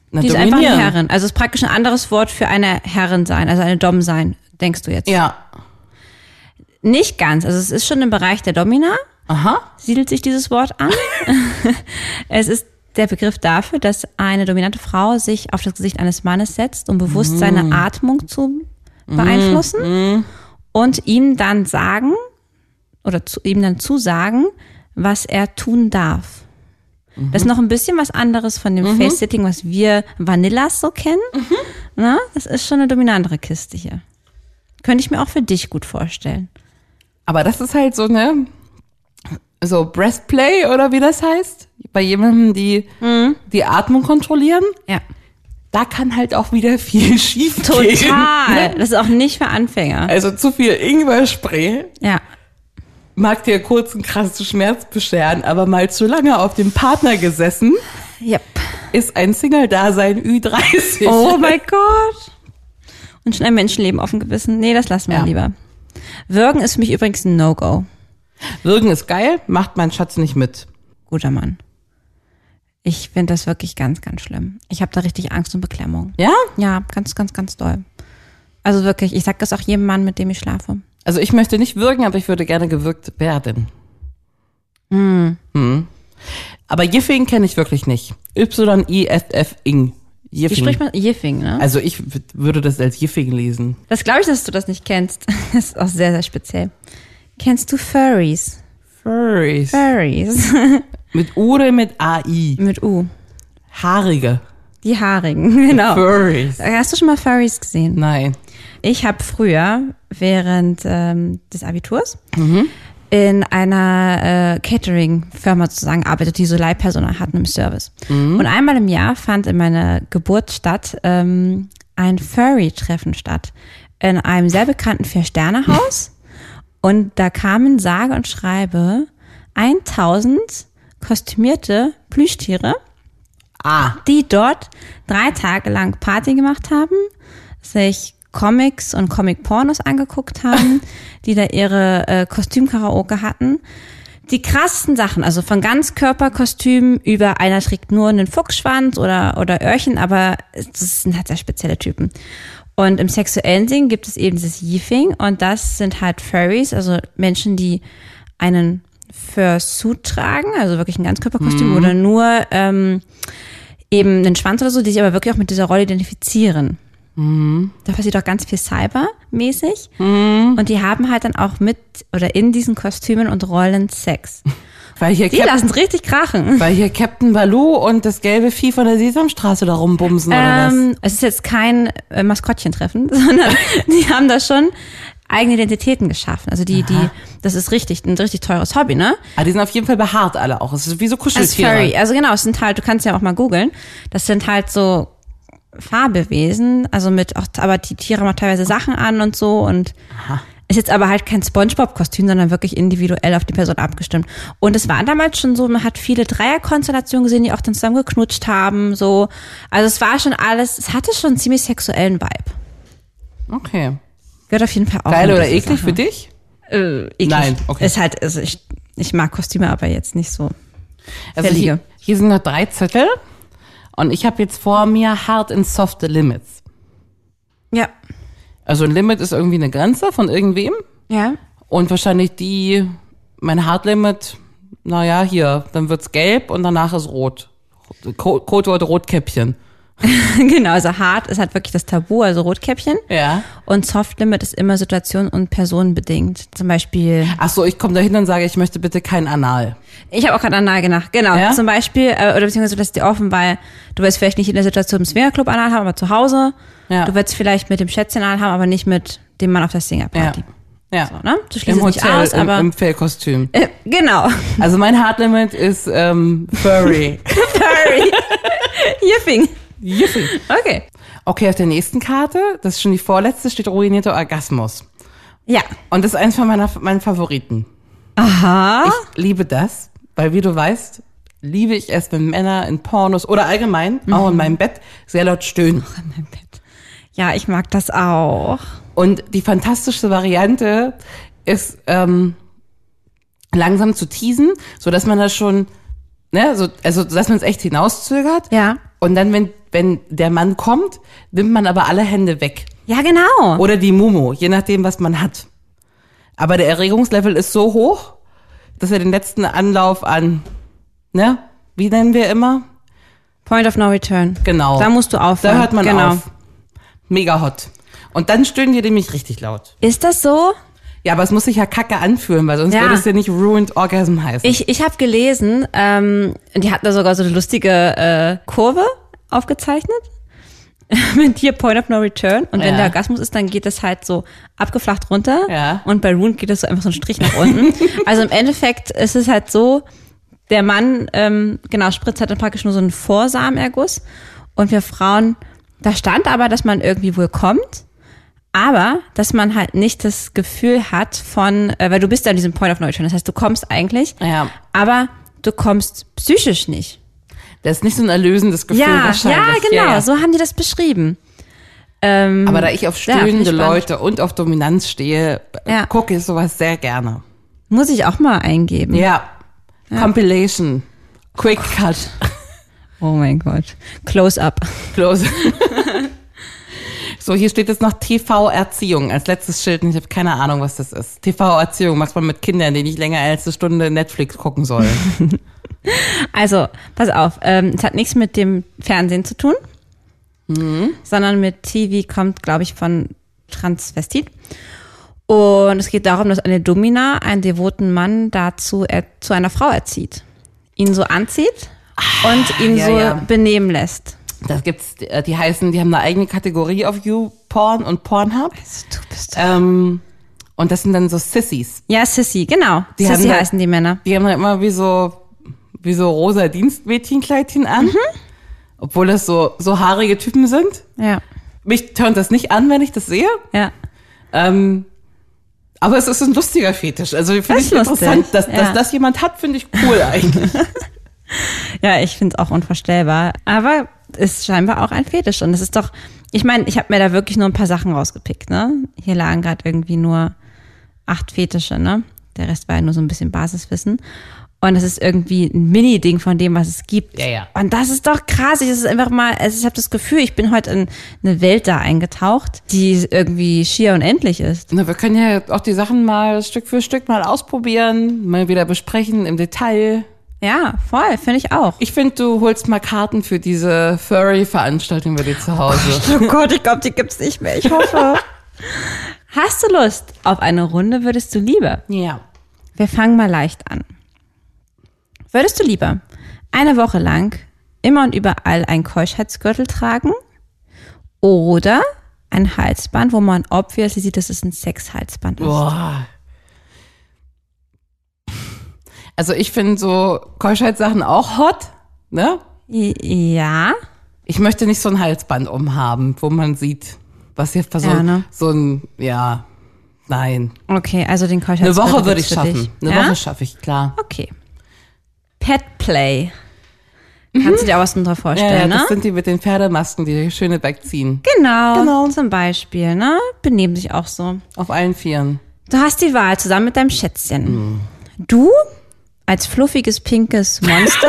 Die ist einfach eine Herrin. Also es ist praktisch ein anderes Wort für eine Herrin sein, also eine Dom sein, denkst du jetzt? Ja. Nicht ganz. Also es ist schon im Bereich der Domina. Aha. Siedelt sich dieses Wort an. Es ist der Begriff dafür, dass eine dominante Frau sich auf das Gesicht eines Mannes setzt, um bewusst seine Atmung zu beeinflussen und ihm dann sagen oder ihm dann zusagen, was er tun darf. Das ist noch ein bisschen was anderes von dem Face-Sitting, was wir Vanillas so kennen. Na, das ist schon eine dominantere Kiste hier. Könnte ich mir auch für dich gut vorstellen. Aber das ist halt so Breastplay oder wie das heißt. Bei jemandem, die Atmung kontrollieren. Ja. Da kann halt auch wieder viel schief gehen. Total. Das ist auch nicht für Anfänger. Also zu viel Ingwer-Spray. Ja. Mag dir kurz einen krassen Schmerz bescheren, aber mal zu lange auf dem Partner gesessen, Yep. ist ein Single-Dasein Ü30. Oh mein Gott. Und schon ein Menschenleben auf dem Gewissen. Nee, das lassen wir lieber. Würgen ist für mich übrigens ein No-Go. Würgen ist geil, macht mein Schatz nicht mit. Guter Mann. Ich finde das wirklich ganz, ganz schlimm. Ich habe da richtig Angst und Beklemmung. Ja? Ja, ganz, ganz, ganz doll. Also wirklich, ich sag das auch jedem Mann, mit dem ich schlafe. Also ich möchte nicht würgen, aber ich würde gerne gewürgt werden. Aber Jiffing kenne ich wirklich nicht. Y-I-F-F-ing. Wie spricht man? Jiffing, ne? Also ich würde das als Jiffing lesen. Das glaube ich, dass du das nicht kennst. Das ist auch sehr, sehr speziell. Kennst du Furries? Furries. Furries. Mit U oder mit A-I? Mit U. Haarige. Die Haarigen, genau. Furries. Hast du schon mal Furries gesehen? Nein. Ich habe früher während des Abiturs in einer Catering-Firma sozusagen gearbeitet, die so Leihpersonal hatten im Service. Und einmal im Jahr fand in meiner Geburtsstadt ein Furry-Treffen statt. In einem sehr bekannten 4-Sterne-Haus. Und da kamen sage und schreibe 1000 kostümierte Plüschtiere, die dort 3 Tage lang Party gemacht haben, sich Comics und Comic-Pornos angeguckt haben, die da ihre Kostüm-Karaoke hatten. Die krassesten Sachen, also von Ganzkörperkostümen über einer trägt nur einen Fuchsschwanz oder Öhrchen, aber das sind halt sehr spezielle Typen. Und im sexuellen Sinn gibt es eben dieses Yiffing und das sind halt Furries, also Menschen, die einen Fursuit tragen, also wirklich ein Ganzkörperkostüm oder nur eben einen Schwanz oder so, die sich aber wirklich auch mit dieser Rolle identifizieren. Da passiert auch ganz viel cybermäßig. Und die haben halt dann auch mit oder in diesen Kostümen und Rollen Sex. Die lassen es richtig krachen. Weil hier Captain Baloo und das gelbe Vieh von der Sesamstraße da rumbumsen oder was? Es ist jetzt kein Maskottchentreffen, sondern die haben da schon eigene Identitäten geschaffen. Also das ist ein richtig teures Hobby, ne? Aber die sind auf jeden Fall behaart alle auch. Es ist wie so Kuscheltiere. Furry. Also genau, es sind halt, du kannst ja auch mal googeln, das sind halt so Fabelwesen, also aber die Tiere haben auch teilweise Sachen an und so und ist jetzt aber halt kein SpongeBob-Kostüm, sondern wirklich individuell auf die Person abgestimmt. Und es war damals schon so, man hat viele Dreierkonstellationen gesehen, die auch dann zusammen geknutscht haben, so. Also es war schon alles, es hatte schon einen ziemlich sexuellen Vibe. Okay. Gehört auf jeden Fall auch. Geil oder eklig für dich? Eklig. Nein, okay. Ist halt, also ich mag Kostüme, aber jetzt nicht so. Also hier sind noch 3 Zettel. Und ich habe jetzt vor mir Hard and Soft Limits. Ja. Also ein Limit ist irgendwie eine Grenze von irgendwem. Ja. Und wahrscheinlich mein Hard Limit, naja, hier, dann wird's gelb und danach ist rot. Codewort Rotkäppchen. Genau, also hart ist halt wirklich das Tabu, also Rotkäppchen. Ja. Und Soft Limit ist immer situation- und personenbedingt. Zum Beispiel. Ach so, ich komme da hin und sage, ich möchte bitte kein Anal. Ich habe auch gerade Anal gedacht, genau. Ja? Zum Beispiel, oder beziehungsweise du lässt dir offen, weil du willst vielleicht nicht in der Situation im Swingerclub Anal haben, aber zu Hause. Ja. Du willst vielleicht mit dem Schätzchen Anal haben, aber nicht mit dem Mann auf der Swingerparty. Ja. So, ne? Du schließt Im es Hotel, nicht aus, aber im Fellkostüm. Genau. Also mein Hard Limit ist Furry. Furry. Yiffing. Yiffing. Okay. Okay, auf der nächsten Karte, das ist schon die vorletzte, steht ruinierter Orgasmus. Ja. Und das ist eins von meinen Favoriten. Aha. Ich liebe das, weil wie du weißt, liebe ich es, wenn Männer in Pornos oder allgemein, auch in meinem Bett, sehr laut stöhnen. Auch in meinem Bett. Ja, ich mag das auch. Und die fantastischste Variante ist, langsam zu teasen, so dass man das schon, ne, also dass man es echt hinauszögert. Ja. Und dann, wenn wenn der Mann kommt, nimmt man aber alle Hände weg. Ja, genau. Oder die Mumu, je nachdem, was man hat. Aber der Erregungslevel ist so hoch, dass er den letzten Anlauf an, ne, wie nennen wir immer? Point of no return. Genau. Da musst du aufhören. Da hört man genau. auf. Mega hot. Und dann stöhnen die nämlich richtig laut. Ist das so? Ja, aber es muss sich ja kacke anfühlen, weil sonst würde es ja nicht Ruined Orgasm heißen. Ich habe gelesen, die hatten da sogar so eine lustige Kurve aufgezeichnet. Mit hier Point of No Return. Und wenn der Orgasmus ist, dann geht es halt so abgeflacht runter. Ja. Und bei Ruined geht es so einfach so einen Strich nach unten. Also im Endeffekt ist es halt so, der Mann, spritzt halt dann praktisch nur so einen Vorsamenerguss. Und wir Frauen, da stand aber, dass man irgendwie wohl kommt. Aber, dass man halt nicht das Gefühl hat von, weil du bist ja an diesem Point of No Return. Das heißt, du kommst eigentlich, aber du kommst psychisch nicht. Das ist nicht so ein erlösendes Gefühl wahrscheinlich. Ja, genau, so haben die das beschrieben. Aber da ich auf stöhnende Leute und auf Dominanz stehe, gucke ich sowas sehr gerne. Muss ich auch mal eingeben. Ja. Compilation. Quick Cut. Oh mein Gott. Close-up. So, hier steht jetzt noch TV-Erziehung als letztes Schild. Und ich habe keine Ahnung, was das ist. TV-Erziehung macht man mit Kindern, die nicht länger als eine Stunde Netflix gucken sollen. Also, pass auf. Es hat nichts mit dem Fernsehen zu tun, sondern mit TV kommt, glaube ich, von Transvestit. Und es geht darum, dass eine Domina einen devoten Mann dazu zu einer Frau erzieht. Ihn so anzieht und ihn benehmen lässt. Das gibt's, die haben eine eigene Kategorie auf YouPorn und Pornhub. Also, du bist und das sind dann so Sissies. Ja, Sissy, genau. Sissy heißen die Männer. Die haben dann immer wie so rosa Dienstmädchenkleidchen an. Obwohl das so haarige Typen sind. Ja. Mich turnt das nicht an, wenn ich das sehe. Ja. Aber es ist ein lustiger Fetisch. Also finde ich interessant, dass das jemand hat, finde ich cool eigentlich. Ja, ich finde es auch unvorstellbar. Aber ist scheinbar auch ein Fetisch. Und es ist doch, ich meine, ich habe mir da wirklich nur ein paar Sachen rausgepickt, ne? Hier lagen gerade irgendwie nur 8 Fetische, ne? Der Rest war ja nur so ein bisschen Basiswissen. Und es ist irgendwie ein Mini-Ding von dem, was es gibt. Ja. Und das ist doch krass. Ich habe das Gefühl, ich bin heute in eine Welt da eingetaucht, die irgendwie schier unendlich ist. Na, wir können ja auch die Sachen mal Stück für Stück mal ausprobieren, mal wieder besprechen im Detail. Ja, voll, finde ich auch. Ich finde, du holst mal Karten für diese Furry-Veranstaltung bei dir zu Hause. Oh Gott, ich glaube, die gibt's nicht mehr. Ich hoffe. Hast du Lust auf eine Runde, würdest du lieber? Ja. Wir fangen mal leicht an. Würdest du lieber eine Woche lang immer und überall einen Keuschheitsgürtel tragen oder ein Halsband, wo man obviously sieht, dass es ein Sexhalsband ist? Boah. Also ich finde so Keuschheitssachen auch hot, ne? Ja. Ich möchte nicht so ein Halsband umhaben, wo man sieht, was jetzt passiert. So ein, nein. Okay, also den Keuschheitsgürtel. Eine Woche würde ich schaffen. Woche schaffe ich, klar. Okay. Petplay. Kannst du dir auch was drunter vorstellen, das ne? sind die mit den Pferdemasken, die schöne wegziehen. Genau. Zum Beispiel, ne? Benehmen sich auch so. Auf allen Vieren. Du hast die Wahl zusammen mit deinem Schätzchen. Du als fluffiges, pinkes Monster.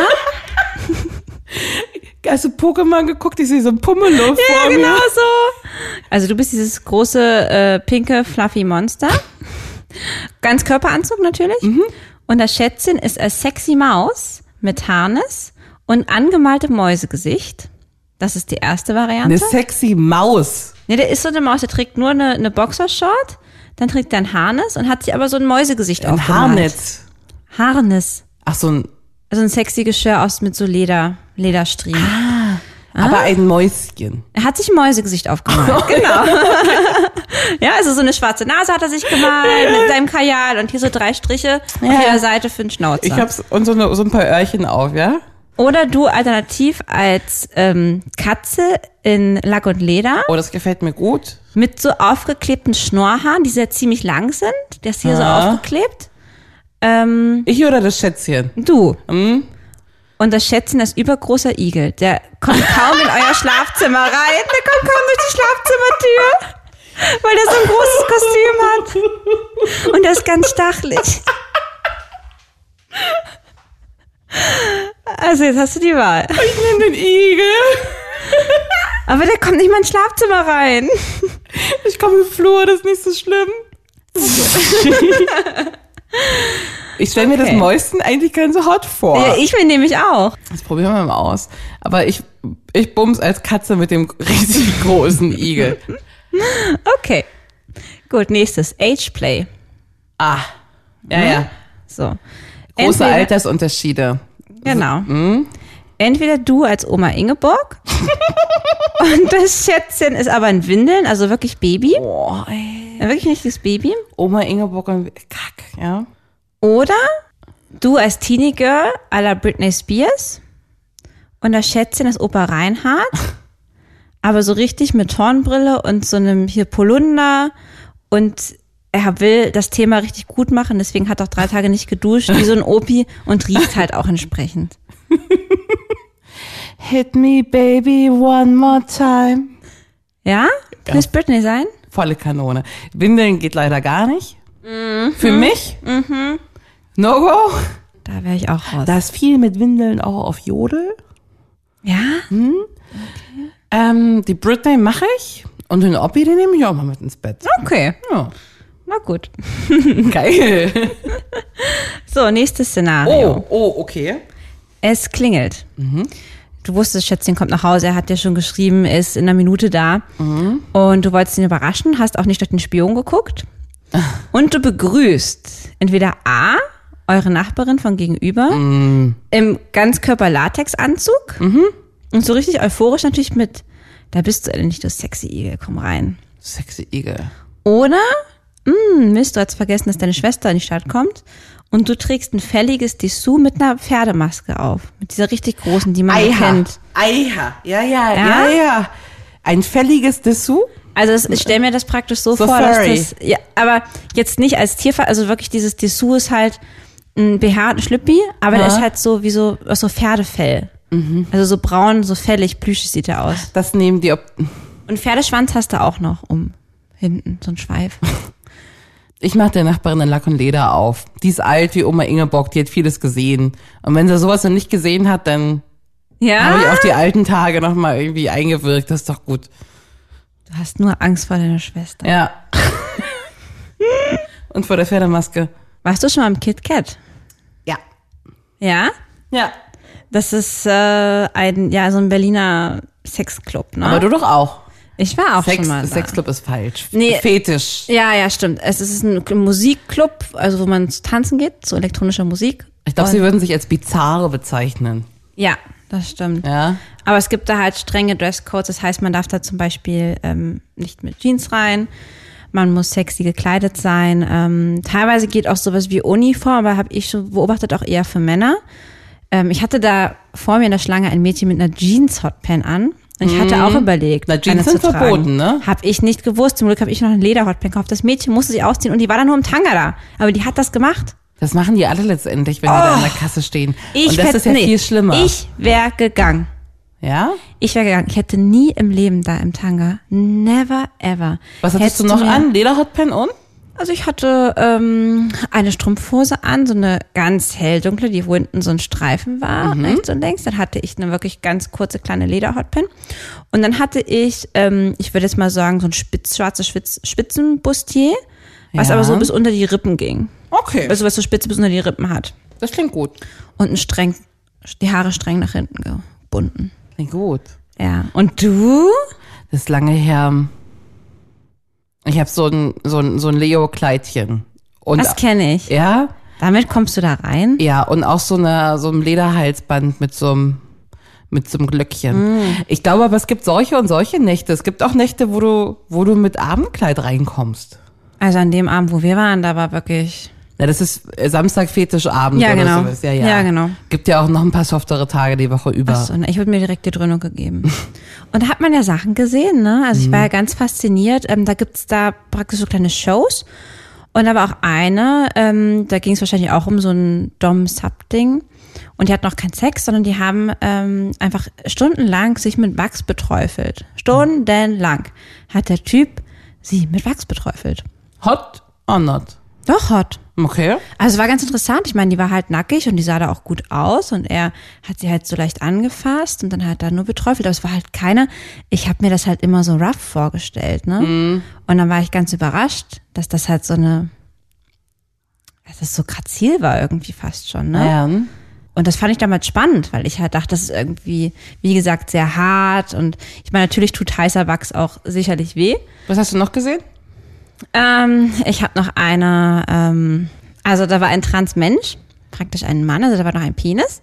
Hast du Pokémon geguckt? Ich sehe so ein Pummeluff vor mir. Ja, genau so. Also du bist dieses große, pinke, fluffy Monster. Ganz Körperanzug natürlich. Und das Schätzchen ist eine sexy Maus mit Harness und angemaltem Mäusegesicht. Das ist die erste Variante. Eine sexy Maus. Ne, der ist so eine Maus, der trägt nur eine Boxershort, dann trägt er ein Harness und hat sich aber so ein Mäusegesicht aufgemalt. Harness. Ach, so ein... Also ein sexy Geschirr mit so Lederstriemen. Aber ein Mäuschen. Er hat sich ein Mäusegesicht aufgemalt, genau. Ja, also so eine schwarze Nase hat er sich gemalt mit seinem Kajal und hier so 3 Striche auf jeder Seite für einen Schnauzer. Ich hab's, und so ein paar Öhrchen auf, ja? Oder du alternativ als Katze in Lack und Leder. Oh, das gefällt mir gut. Mit so aufgeklebten Schnorrhaaren, die sehr ziemlich lang sind. Der ist hier so aufgeklebt. Ich oder das Schätzchen? Du. Und das Schätzchen ist übergroßer Igel. Der kommt kaum in euer Schlafzimmer rein. Der kommt kaum durch die Schlafzimmertür. Weil der so ein großes Kostüm hat. Und der ist ganz stachelig. Also jetzt hast du die Wahl. Ich nehme den Igel. Aber der kommt nicht mal ins Schlafzimmer rein. Ich komme im Flur, das ist nicht so schlimm. Ich stelle mir das Mäuschen eigentlich ganz so hot vor. Ja, ich mir nämlich auch. Das probieren wir mal aus. Aber ich bums als Katze mit dem riesig großen Igel. Okay. Gut, nächstes. Ageplay. Ah, ja. So. Große Altersunterschiede. Genau. Entweder du als Oma Ingeborg und das Schätzchen ist aber ein Windeln, also wirklich Baby. Boah, ey. Wirklich ein richtiges Baby. Oma Ingeborg und Kack, ja. Oder du als Teenie Girl à la Britney Spears und das Schätzchen ist Opa Reinhardt, aber so richtig mit Hornbrille und so einem hier Polunder und er will das Thema richtig gut machen, deswegen hat er auch 3 Tage nicht geduscht, wie so ein Opi und riecht halt auch entsprechend. Hit me, baby, one more time. Ja? Willst Britney sein? Volle Kanone. Windeln geht leider gar nicht. Für mich? No go? Da wäre ich auch raus. Da ist viel mit Windeln auch auf Jodel. Ja? Die Britney mache ich und den Oppi, den nehme ich auch mal mit ins Bett. Okay. Ja. Na gut. Geil. So, nächstes Szenario. Oh, okay. Es klingelt. Du wusstest, Schätzchen kommt nach Hause, er hat dir schon geschrieben, ist in einer Minute da. Und du wolltest ihn überraschen, hast auch nicht durch den Spion geguckt. Und du begrüßt entweder A, eure Nachbarin von gegenüber, im Ganzkörper-Latex-Anzug und so richtig euphorisch natürlich mit, da bist du endlich, du sexy Igel, komm rein. Sexy Igel. Oder, Mist, du hast vergessen, dass deine Schwester in die Stadt kommt und du trägst ein fälliges Dessous mit einer Pferdemaske auf. Mit dieser richtig großen, die man kennt. Eiha. Ja. Ein fälliges Dessous? Also ich stelle mir das praktisch so vor, furry. dass das, ja, aber jetzt nicht als Tierfall, also wirklich dieses Dessous ist halt ein BH und ein Schlüppi, aber der ist halt so wie so aus so Pferdefell. Also so braun, so fällig, plüschig sieht er aus. Das nehmen die Und Pferdeschwanz hast du auch noch hinten, so ein Schweif. Ich mache der Nachbarin in Lack und Leder auf. Die ist alt wie Oma Ingeborg, die hat vieles gesehen. Und wenn sie sowas noch nicht gesehen hat, dann habe ich auf die alten Tage nochmal irgendwie eingewirkt. Das ist doch gut. Du hast nur Angst vor deiner Schwester. Ja. Und vor der Pferdemaske. Warst du schon mal im Kit Kat? Ja. Ja? Ja. Das ist so ein Berliner Sexclub, ne? Aber du doch auch. Ich war auch schon mal da. Sexclub ist falsch. Nee. Fetisch. Ja, stimmt. Es ist ein Musikclub, also wo man zu tanzen geht, zu elektronischer Musik. Ich glaube, sie würden sich als bizarre bezeichnen. Ja, das stimmt. Ja. Aber es gibt da halt strenge Dresscodes, das heißt, man darf da zum Beispiel nicht mit Jeans rein, man muss sexy gekleidet sein. Teilweise geht auch sowas wie Uniform, aber habe ich schon beobachtet, auch eher für Männer. Ich hatte da vor mir in der Schlange ein Mädchen mit einer Jeans-Hotpan an. Und ich hatte auch überlegt, na, Jeans sind verboten, ne? Hab ich nicht gewusst. Zum Glück habe ich noch einen Leder-Hotpan gekauft. Das Mädchen musste sich ausziehen und die war dann nur im Tanga da. Aber die hat das gemacht. Das machen die alle letztendlich, wenn die da in der Kasse stehen. Und das ist ja viel schlimmer. Ich wäre gegangen. Ja? Ich wäre gegangen. Ich hätte nie im Leben da im Tanga. Never ever. Was hattest du noch an? Lederhotpan und? Also ich hatte eine Strumpfhose an, so eine ganz helldunkle, die wo hinten so ein Streifen war, rechts und links. Dann hatte ich eine wirklich ganz kurze kleine Lederhotpan. Und dann hatte ich, ich würde jetzt mal sagen, so ein schwarzes Spitzenbustier, was aber so bis unter die Rippen ging. Okay. Also was so spitze bis unter die Rippen hat. Das klingt gut. Und die Haare streng nach hinten gebunden. Klingt gut. Ja. Und du? Das ist lange her. Ich habe so ein Leo-Kleidchen. Und das kenne ich. Ja? Damit kommst du da rein? Ja, und auch so ein Lederhalsband mit so einem Glöckchen. Ich glaube aber, es gibt solche und solche Nächte. Es gibt auch Nächte, wo du mit Abendkleid reinkommst. Also an dem Abend, wo wir waren, da war wirklich... Ja, das ist Samstag Fetischabend ja, oder genau. sowas. Ja, ja, genau. Gibt ja auch noch ein paar softere Tage die Woche über. Achso, ich würde mir direkt die Dröhnung gegeben. Und da hat man ja Sachen gesehen, ne? Also ich war ja ganz fasziniert. Da gibt's da praktisch so kleine Shows. Und aber auch eine, da ging es wahrscheinlich auch um so ein Dom-Sub-Ding. Und die hatten noch keinen Sex, sondern die haben einfach stundenlang sich mit Wachs beträufelt. Stundenlang hat der Typ sie mit Wachs beträufelt. Hot or not? Doch, hot. Okay. Also es war ganz interessant. Ich meine, die war halt nackig und die sah da auch gut aus und er hat sie halt so leicht angefasst und dann hat er nur beträufelt. Aber es war halt ich habe mir das halt immer so rough vorgestellt, ne? Und dann war ich ganz überrascht, dass das halt dass das so grazil war irgendwie fast schon, ne? Ja. Und das fand ich damals spannend, weil ich halt dachte, das ist irgendwie, wie gesagt, sehr hart und ich meine, natürlich tut heißer Wachs auch sicherlich weh. Was hast du noch gesehen? Ich habe noch also da war ein Transmensch, praktisch ein Mann, also da war noch ein Penis,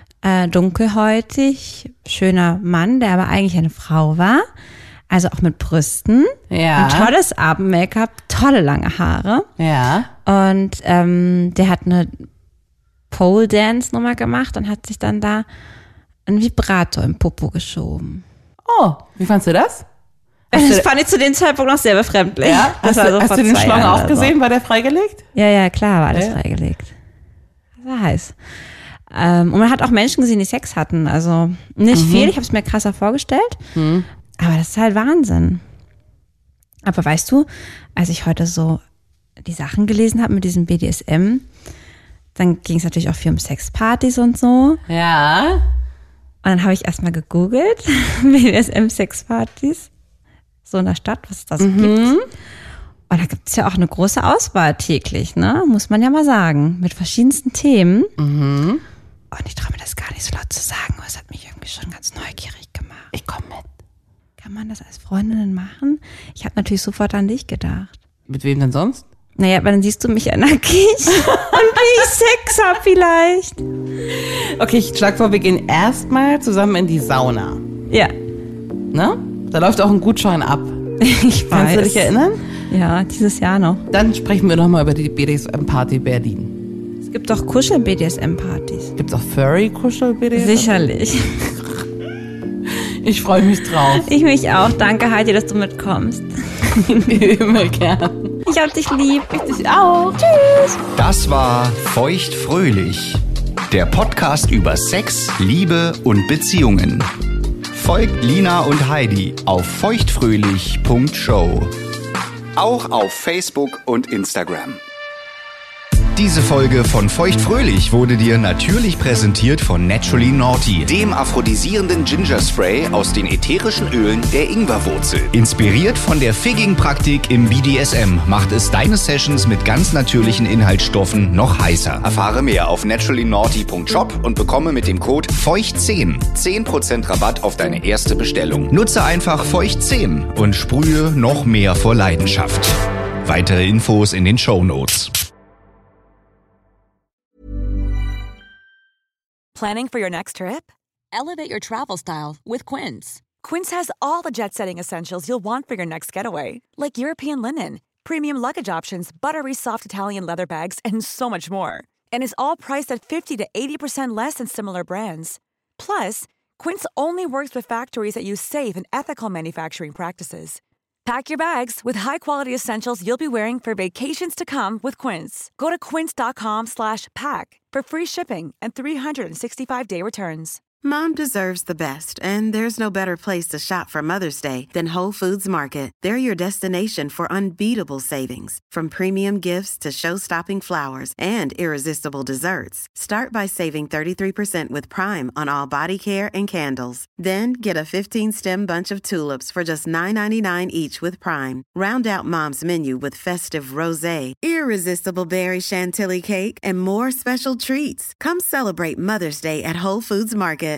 dunkelhäutig, schöner Mann, der aber eigentlich eine Frau war, also auch mit Brüsten, Ja. ein tolles Abend-Make-up, tolle lange Haare Ja. und der hat eine Pole-Dance-Nummer gemacht und hat sich dann da einen Vibrator im Popo geschoben. Oh, wie fandst du das? Das fand ich zu dem Zeitpunkt noch sehr befremdlich. Ja, Das hast war so du vor den 2 Schlong Jahren auch oder so. gesehen? War der freigelegt? Ja, klar, war alles Ja. freigelegt. Das war heiß. Und man hat auch Menschen gesehen, die Sex hatten. Also nicht viel, ich habe es mir krasser vorgestellt. Aber das ist halt Wahnsinn. Aber weißt du, als ich heute so die Sachen gelesen habe mit diesem BDSM, dann ging es natürlich auch viel um Sexpartys und so. Ja. Und dann habe ich erstmal gegoogelt, BDSM-Sexpartys, so in der Stadt, was es da so gibt. Und da gibt es ja auch eine große Auswahl täglich, ne? Muss man ja mal sagen. Mit verschiedensten Themen. Und ich traue mir das gar nicht so laut zu sagen, aber es hat mich irgendwie schon ganz neugierig gemacht. Ich komme mit. Kann man das als Freundinnen machen? Ich habe natürlich sofort an dich gedacht. Mit wem denn sonst? Naja, aber dann siehst du mich ja nackig und wie ich Sex hab vielleicht. Okay, ich schlage vor, wir gehen erstmal zusammen in die Sauna. Ja, Ne? Da läuft auch ein Gutschein ab. ich weiß. Kannst du dich erinnern? Ja, dieses Jahr noch. Dann sprechen wir nochmal über die BDSM-Party Berlin. Es gibt doch Kuschel-BDSM-Partys. Gibt's auch Furry-Kuschel-BDSM? Sicherlich. Ich freue mich drauf. Ich mich auch. Danke, Heidi, dass du mitkommst. Immer gern. Ich hab dich lieb. Ich dich auch. Tschüss. Das war Feuchtfröhlich, der Podcast über Sex, Liebe und Beziehungen. Folgt Lina und Heidi auf feuchtfröhlich.show. Auch auf Facebook und Instagram. Diese Folge von Feuchtfröhlich wurde dir natürlich präsentiert von Naturally Naughty, dem aphrodisierenden Ginger Spray aus den ätherischen Ölen der Ingwerwurzel. Inspiriert von der Figging-Praktik im BDSM macht es deine Sessions mit ganz natürlichen Inhaltsstoffen noch heißer. Erfahre mehr auf naturallynaughty.shop und bekomme mit dem Code FEUCHT10 10% Rabatt auf deine erste Bestellung. Nutze einfach Feucht10 und sprühe noch mehr vor Leidenschaft. Weitere Infos in den Shownotes. Planning for your next trip? Elevate your travel style with Quince. Quince has all the jet-setting essentials you'll want for your next getaway, like European linen, premium luggage options, buttery soft Italian leather bags, and so much more. And is all priced at 50 to 80% less than similar brands. Plus, Quince only works with factories that use safe and ethical manufacturing practices. Pack your bags with high-quality essentials you'll be wearing for vacations to come with Quince. Go to quince.com/pack for free shipping and 365-day returns. Mom deserves the best, and there's no better place to shop for Mother's Day than Whole Foods Market. They're your destination for unbeatable savings, from premium gifts to show-stopping flowers and irresistible desserts. Start by saving 33% with Prime on all body care and candles. Then get a 15-stem bunch of tulips for just $9.99 each with Prime. Round out Mom's menu with festive rosé, irresistible berry chantilly cake, and more special treats. Come celebrate Mother's Day at Whole Foods Market.